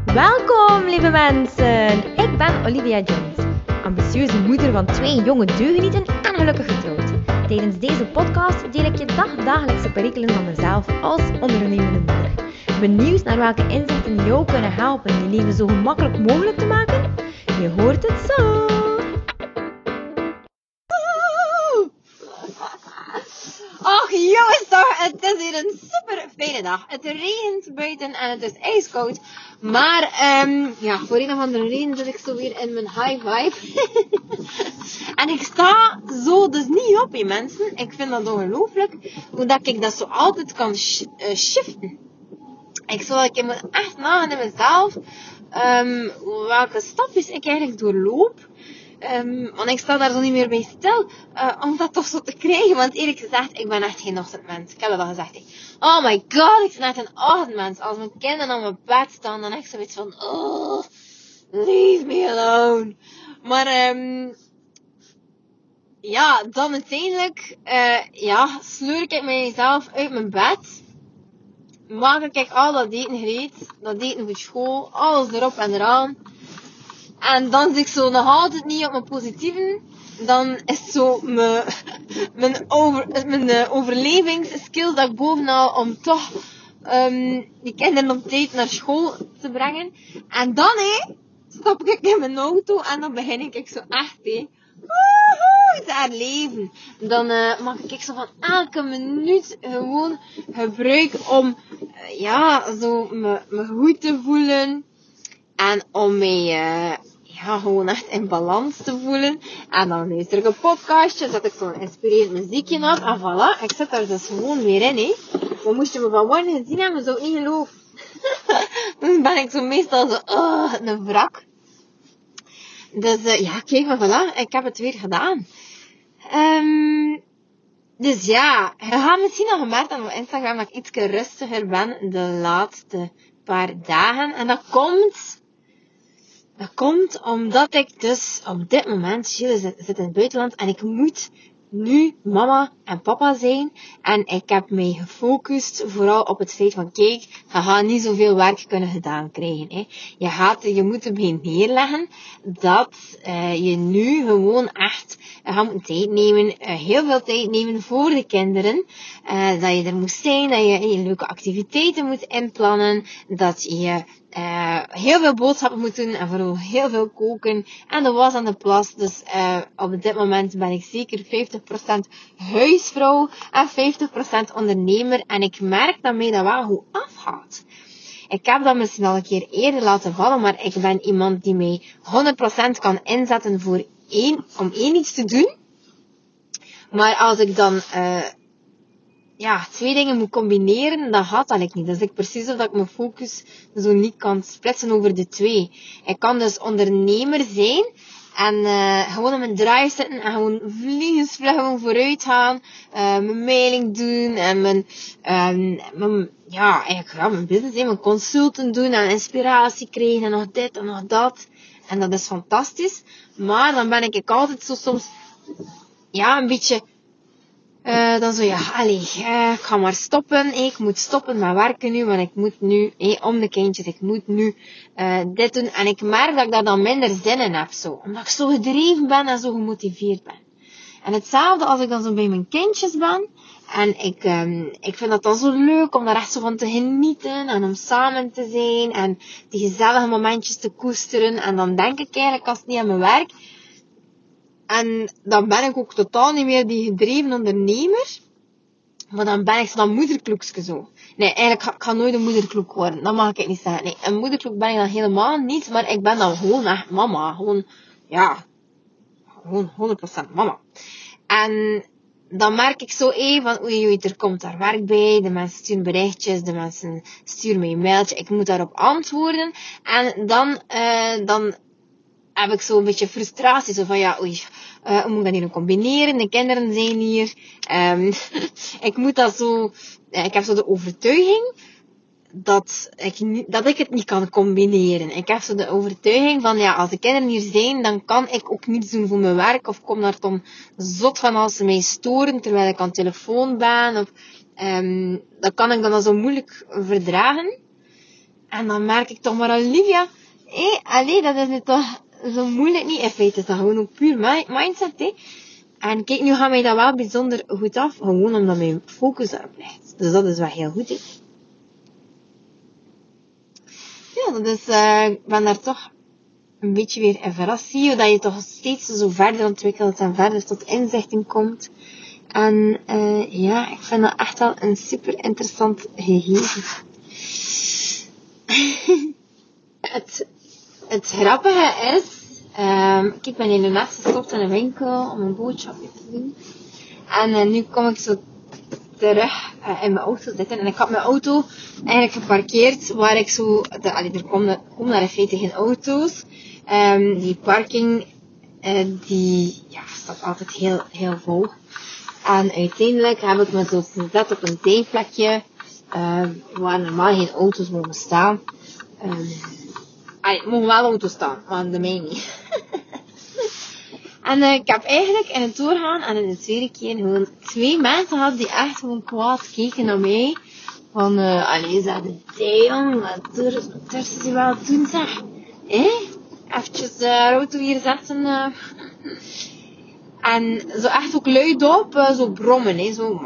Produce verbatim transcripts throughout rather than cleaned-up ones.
Welkom lieve mensen, ik ben Olivia Jones, ambitieuze moeder van twee jonge deugenieten en gelukkig getrouwd. Tijdens deze podcast deel ik je dagdagelijkse perikelen van mezelf als ondernemende moeder. Benieuwd naar welke inzichten jou kunnen helpen je leven zo gemakkelijk mogelijk te maken? Je hoort het zo! Och jongens toch, het is hier een super fijne dag. Het regent buiten en het is ijskoud. Maar um, ja, voor een of andere reden zit ik zo weer in mijn high vibe. En ik sta zo dus niet op, hè, mensen. Ik vind dat ongelooflijk. Hoe dat ik dat zo altijd kan sh- uh, shiften. Ik zou ik moet echt nagaan in mezelf. Um, welke stapjes ik eigenlijk doorloop. Um, want ik sta daar zo niet meer bij stil. Uh, om dat toch zo te krijgen. Want eerlijk gezegd, ik ben echt geen ochtendmens. Ik heb dat al gezegd. He. Oh my god, ik ben echt een ochtendmens. Als mijn kinderen aan mijn bed staan, dan heb ik zoiets van... Oh, leave me alone. Maar um, ja, dan uiteindelijk uh, ja, sleur ik mezelf uit mijn bed. Maak ik al dat eten gereed. Dat eten voor school. Alles erop en eraan. En dan zit ik zo nog altijd niet op mijn positieven. Dan is zo mijn, mijn, over, mijn uh, overlevingsskills dat ik bovenal om toch um, die kinderen op tijd naar school te brengen. En dan hé, stap ik in mijn auto en dan begin ik zo echt hé, woehoe, te herleven. Dan uh, maak ik zo van elke minuut gewoon gebruik om uh, ja, zo me, me goed te voelen. En om mij uh, ja, gewoon echt in balans te voelen. En dan luister ik een podcastje, zet ik zo'n inspirerend muziekje op. En voilà, ik zit daar dus gewoon weer in. Hè. Maar moest je me vanmorgen gezien hebben, zou ik niet geloven. Dan ben ik zo meestal zo, uh, een wrak. Dus uh, ja, kijk maar voilà, ik heb het weer gedaan. Um, dus ja, je gaat misschien al gemerkt aan mijn Instagram dat ik iets rustiger ben de laatste paar dagen. En dat komt... Dat komt omdat ik dus op dit moment, Gilles zit, zit in het buitenland en ik moet nu mama en papa zijn. En ik heb mij gefocust vooral op het feit van, kijk, je gaat niet zoveel werk kunnen gedaan krijgen. Hè. Je, gaat, je moet erbij neerleggen dat uh, je nu gewoon echt uh, gaat moeten tijd nemen, uh, heel veel tijd nemen voor de kinderen. Uh, dat je er moet zijn, dat je, je leuke activiteiten moet inplannen, dat je Uh, heel veel boodschappen moet doen en vooral heel veel koken en de was aan de plas. Dus uh, op dit moment ben ik zeker vijftig procent huisvrouw en vijftig procent ondernemer. En ik merk dat mij dat wel goed afgaat. Ik heb dat misschien al een keer eerder laten vallen, maar ik ben iemand die mij honderd procent kan inzetten voor één, om één iets te doen. Maar als ik dan... Uh, ja, twee dingen moet combineren, dat gaat dat niet. Dus ik precies of dat ik mijn focus zo niet kan splitsen over de twee. Ik kan dus ondernemer zijn en uh, gewoon in mijn drive zitten en gewoon vliegensvlug gewoon vooruit gaan, uh, mijn mailing doen en mijn, um, mijn, ja, eigenlijk ja, mijn business, hè, mijn consulten doen en inspiratie krijgen en nog dit en nog dat. En dat is fantastisch. Maar dan ben ik altijd zo soms, ja, een beetje... Uh, dan zo, ja, allee, uh, ik ga maar stoppen. Hey, ik moet stoppen met werken nu, want ik moet nu, hey, om de kindjes, ik moet nu uh, dit doen. En ik merk dat ik daar dan minder zin in heb, zo. Omdat ik zo gedreven ben en zo gemotiveerd ben. En hetzelfde als ik dan zo bij mijn kindjes ben. En ik, um, ik vind dat dan zo leuk om daar echt zo van te genieten. En om samen te zijn. En die gezellige momentjes te koesteren. En dan denk ik eigenlijk als het niet aan mijn werk... En dan ben ik ook totaal niet meer die gedreven ondernemer. Maar dan ben ik zo dat moederkloekske zo. Nee, eigenlijk ga ik ga nooit een moederkloek worden. Dat mag ik niet zeggen. Nee, een moederkloek ben ik dan helemaal niet. Maar ik ben dan gewoon echt mama. Gewoon, ja. Gewoon honderd procent mama. En dan merk ik zo even van, oei, oei, er komt daar werk bij. De mensen sturen berichtjes. De mensen sturen mij een mailtje. Ik moet daarop antwoorden. En dan, uh, dan... heb ik zo een beetje frustratie. Zo van, ja, oei, uh, hoe moet ik dat hier combineren? De kinderen zijn hier. Um, ik moet dat zo... Uh, ik heb zo de overtuiging dat ik, niet, dat ik het niet kan combineren. Ik heb zo de overtuiging van, ja, als de kinderen hier zijn, dan kan ik ook niets doen voor mijn werk. Of kom daar dan zot van als ze mij storen, terwijl ik aan de telefoon ben. Of, um, dat kan ik dan al zo moeilijk verdragen. En dan merk ik toch maar, Olivia, hé, allee, dat is nu toch zo moeilijk niet. In feite is dat gewoon ook puur mi- mindset, hé. En kijk, nu gaat mij dat wel bijzonder goed af, gewoon omdat mijn focus daarop ligt. Dus dat is wel heel goed, hé. Ja, dus uh, ik ben daar toch een beetje weer in verrast. Zie je dat je toch steeds zo verder ontwikkelt en verder tot inzichten komt. En uh, ja, ik vind dat echt wel een super interessant gegeven. het, het grappige is, um, kijk, ik ben hier net gestopt in een winkel om een boodschapje te doen. En uh, nu kom ik zo terug uh, in mijn auto zitten. En ik had mijn auto eigenlijk geparkeerd waar ik zo... De, allee, er komen, komen daar in feite geen auto's. Um, die parking, uh, die ja, staat altijd heel, heel vol. En uiteindelijk heb ik me zo gezet op een zijplekje uh, waar normaal geen auto's mogen staan. Um, allee, mogen wel auto's staan, maar de mij niet. En uh, ik heb eigenlijk in het doorgaan en in de tweede keer gewoon twee mensen gehad die echt gewoon kwaad keken naar mij. Van, uh, allee, ze hadden damn, wat durven ze wel doen, zeg. Hé? Eventjes de uh, auto hier zetten. Uh. En zo echt ook luidop, uh, zo brommen, hè. Zo.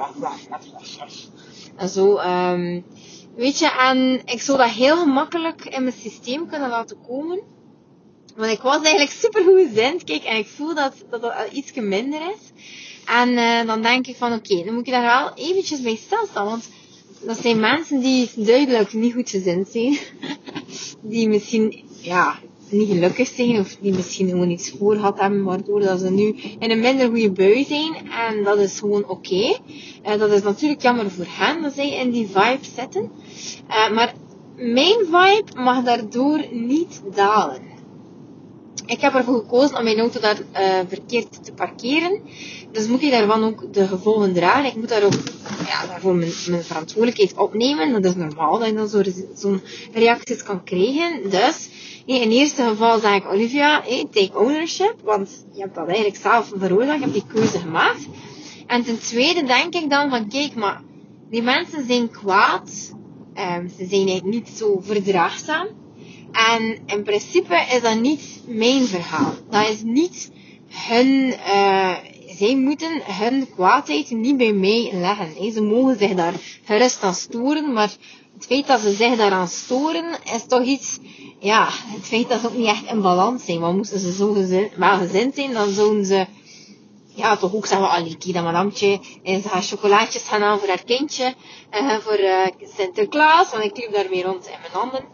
En zo, um, weet je, en ik zou dat heel gemakkelijk in mijn systeem kunnen laten komen. Want ik was eigenlijk super goed gezind, kijk, en ik voel dat dat, dat iets minder is. En uh, dan denk ik van, oké, okay, dan moet ik daar wel eventjes bij stilstaan, want dat zijn mensen die duidelijk niet goed gezind zijn. Die misschien, ja, niet gelukkig zijn, of die misschien gewoon iets voor gehad hebben, waardoor dat ze nu in een minder goede bui zijn. En dat is gewoon oké. Okay. Uh, dat is natuurlijk jammer voor hen, dat zij in die vibe zitten. Uh, maar mijn vibe mag daardoor niet dalen. Ik heb ervoor gekozen om mijn auto daar uh, verkeerd te parkeren. Dus moet ik daarvan ook de gevolgen dragen. Ik moet daar ook ja, daarvoor mijn, mijn verantwoordelijkheid opnemen. Dat is normaal dat je dan zo, zo'n reacties kan krijgen. Dus nee, in eerste geval zeg ik, Olivia, hey, take ownership. Want je hebt dat eigenlijk zelf veroorzaakt. Je hebt die keuze gemaakt. En ten tweede denk ik dan van, kijk, maar die mensen zijn kwaad. Um, ze zijn eigenlijk niet zo verdraagzaam. En in principe is dat niet mijn verhaal. Dat is niet hun, uh, zij moeten hun kwaadheid niet bij mij leggen. He. Ze mogen zich daar gerust aan storen, maar het feit dat ze zich daaraan storen, is toch iets, ja, het feit dat ze ook niet echt in balans zijn. Want moesten ze zo gezin, wel gezind zijn, dan zouden ze, ja, toch ook zeggen, allee, kijk, dat madamtje, en ze gaat chocolaatjes gaan aan voor haar kindje, uh, voor uh, Sinterklaas, want ik liep daar weer rond in mijn handen.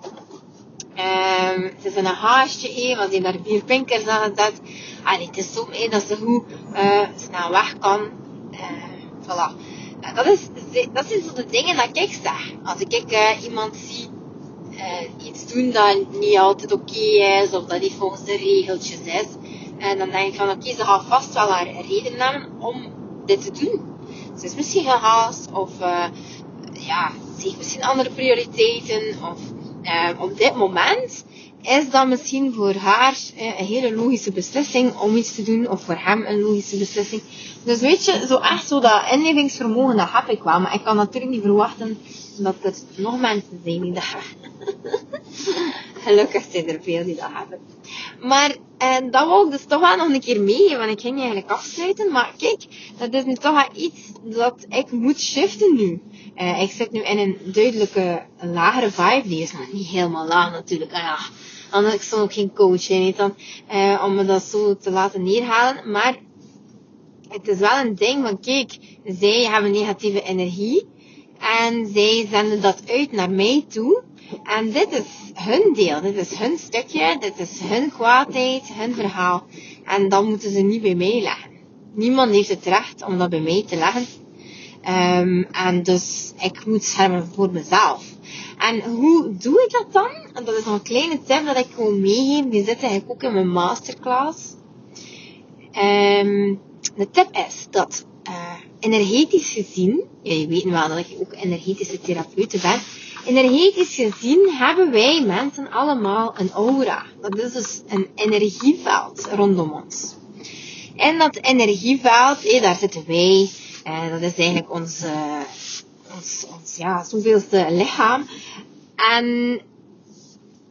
Um, het is een haastje, eh, want die daar vier pinkers aan gezet. Allee, het is zo mee dat ze goed uh, snel weg kan. Uh, voilà. Uh, dat, is, dat zijn zo de dingen dat ik zeg. Als ik uh, iemand zie uh, iets doen dat niet altijd oké okay is, of dat niet volgens de regeltjes is, en dan denk ik van oké, okay, ze gaat vast wel haar reden hebben om dit te doen. Ze is misschien gehaast, of uh, ja, ze heeft misschien andere prioriteiten, of Uh, op dit moment is dat misschien voor haar uh, een hele logische beslissing om iets te doen, of voor hem een logische beslissing. Dus weet je, zo echt zo dat inlevingsvermogen, dat heb ik wel, maar ik kan natuurlijk niet verwachten dat er nog mensen zijn die dat hebben. Gelukkig zijn er veel die dat hebben. Maar uh, dat wou ik dus toch wel nog een keer meegeven, want ik ging eigenlijk afsluiten. Maar kijk, dat is nu toch wel iets dat ik moet shiften nu. Uh, ik zit nu in een duidelijke lagere vibe. Die is nog niet helemaal laag natuurlijk. Ah, ja. Anders ik stond ook geen coach in, niet dan, uh, om me dat zo te laten neerhalen. Maar het is wel een ding van, kijk, zij hebben negatieve energie. En zij zenden dat uit naar mij toe. En dit is hun deel. Dit is hun stukje. Dit is hun kwaadheid, hun verhaal. En dat moeten ze niet bij mij leggen. Niemand heeft het recht om dat bij mij te leggen. Um, en dus ik moet schermen voor mezelf. En hoe doe ik dat dan? En dat is nog een kleine tip dat ik gewoon meegeef. Die zit eigenlijk ook in mijn masterclass. Um, de tip is dat uh, energetisch gezien, jullie weten wel dat ik ook energetische therapeut ben. Energetisch gezien hebben wij mensen allemaal een aura. Dat is dus een energieveld rondom ons. En dat energieveld, hé, daar zitten wij. Uh, dat is eigenlijk ons, uh, ons, ons ja, zoveelste lichaam. En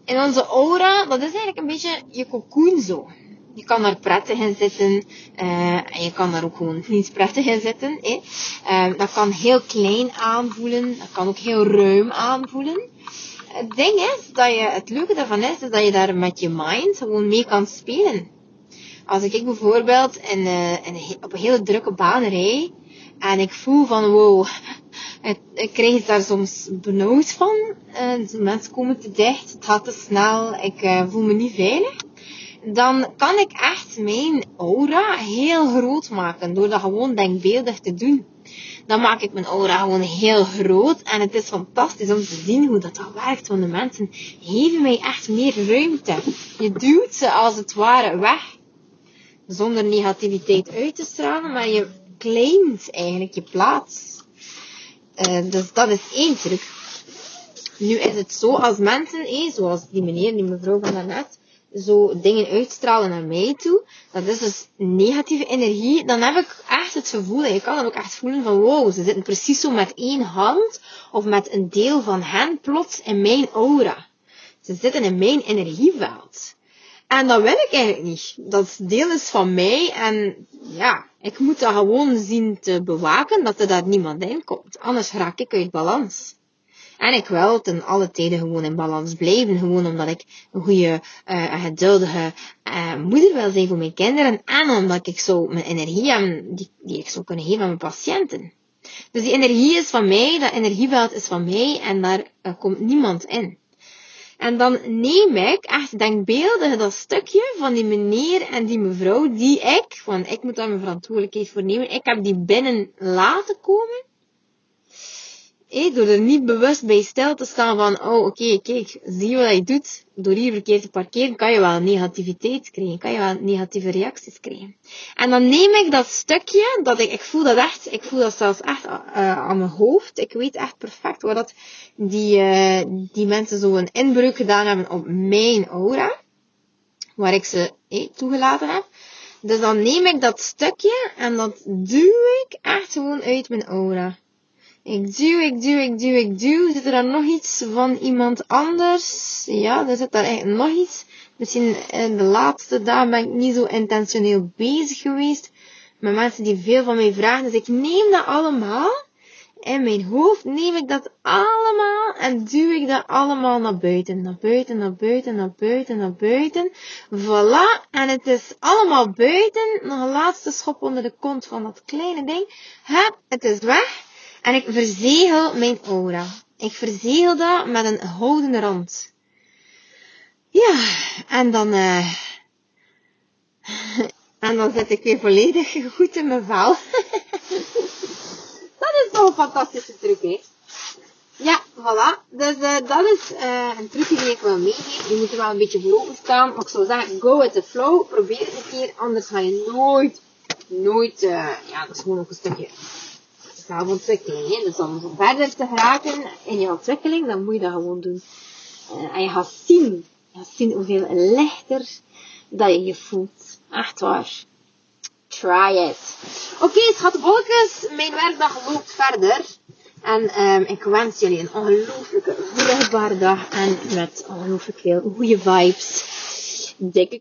in onze aura, dat is eigenlijk een beetje je cocoon zo. Je kan daar prettig in zitten. Uh, en je kan daar ook gewoon niet prettig in zitten. Eh. Uh, dat kan heel klein aanvoelen. Dat kan ook heel ruim aanvoelen. Het ding is, dat je, het leuke daarvan is, is dat je daar met je mind gewoon mee kan spelen. Als ik bijvoorbeeld in, uh, in, op een hele drukke baan rij. En ik voel van, wow, ik krijg daar soms benauwd van. Uh, mensen komen te dicht, het gaat te snel, ik uh, voel me niet veilig. Dan kan ik echt mijn aura heel groot maken, door dat gewoon denkbeeldig te doen. Dan maak ik mijn aura gewoon heel groot en het is fantastisch om te zien hoe dat, dat werkt, want de mensen geven mij echt meer ruimte. Je duwt ze als het ware weg, zonder negativiteit uit te stralen, maar je claimt eigenlijk je plaats. Uh, dus dat is één truc. Nu is het zo, als mensen, eh, zoals die meneer, die mevrouw van daarnet, zo dingen uitstralen naar mij toe, dat is dus negatieve energie, dan heb ik echt het gevoel, en je kan dan ook echt voelen van, wow, ze zitten precies zo met één hand, of met een deel van hen plots in mijn aura. Ze zitten in mijn energieveld. En dat wil ik eigenlijk niet. Dat deel is van mij, en ja, ik moet dat gewoon zien te bewaken, dat er daar niemand in komt. Anders raak ik uit balans. En ik wil ten alle tijden gewoon in balans blijven. Gewoon omdat ik een goede, uh, geduldige uh, moeder wil zijn voor mijn kinderen. En omdat ik zo mijn energie heb, die, die ik zou kunnen geven aan mijn patiënten. Dus die energie is van mij, dat energieveld is van mij. En daar uh, komt niemand in. En dan neem ik echt denkbeeldig dat stukje van die meneer en die mevrouw die ik, want ik moet daar mijn verantwoordelijkheid voor nemen. Ik heb die binnen laten komen. Hey, door er niet bewust bij stil te staan van, oh oké, okay, kijk, zie je wat je doet? Door hier verkeerd te parkeren kan je wel negativiteit krijgen, kan je wel negatieve reacties krijgen. En dan neem ik dat stukje, dat ik, ik voel dat echt, ik voel dat zelfs echt uh, aan mijn hoofd. Ik weet echt perfect waar dat die, uh, die mensen zo een inbreuk gedaan hebben op mijn aura, waar ik ze hey, toegelaten heb. Dus dan neem ik dat stukje en dat duw ik echt gewoon uit mijn aura. Ik duw, ik duw, ik duw, ik duw. Zit er dan nog iets van iemand anders? Ja, er zit daar eigenlijk nog iets. Misschien in de laatste dagen ben ik niet zo intentioneel bezig geweest. Met mensen die veel van mij vragen. Dus ik neem dat allemaal. In mijn hoofd neem ik dat allemaal. En duw ik dat allemaal naar buiten. Naar buiten, naar buiten, naar buiten, naar buiten. Voilà. En het is allemaal buiten. Nog een laatste schop onder de kont van dat kleine ding. Hup, het is weg. En ik verzegel mijn aura. Ik verzegel dat met een houdende rand. Ja, en dan, uh, en dan zit ik weer volledig goed in mijn vel. Dat is toch een fantastische truc, hè? Ja, voilà. Dus uh, dat is uh, een trucje die ik wil meegeven. Je moet er wel een beetje voor openstaan. Maar ik zou zeggen, go with the flow. Probeer het een keer. Anders ga je nooit, nooit, uh, ja, dat is gewoon nog een stukje zelfontwikkeling. Hè? Dus om verder te geraken in je ontwikkeling, dan moet je dat gewoon doen. Uh, en je gaat zien, je gaat zien hoeveel lichter dat je je voelt. Echt waar. Try it. Oké, okay, schatbolletjes, mijn werkdag loopt verder. En um, ik wens jullie een ongelooflijke vruchtbare dag. En met ongelooflijk veel goede vibes. Dikke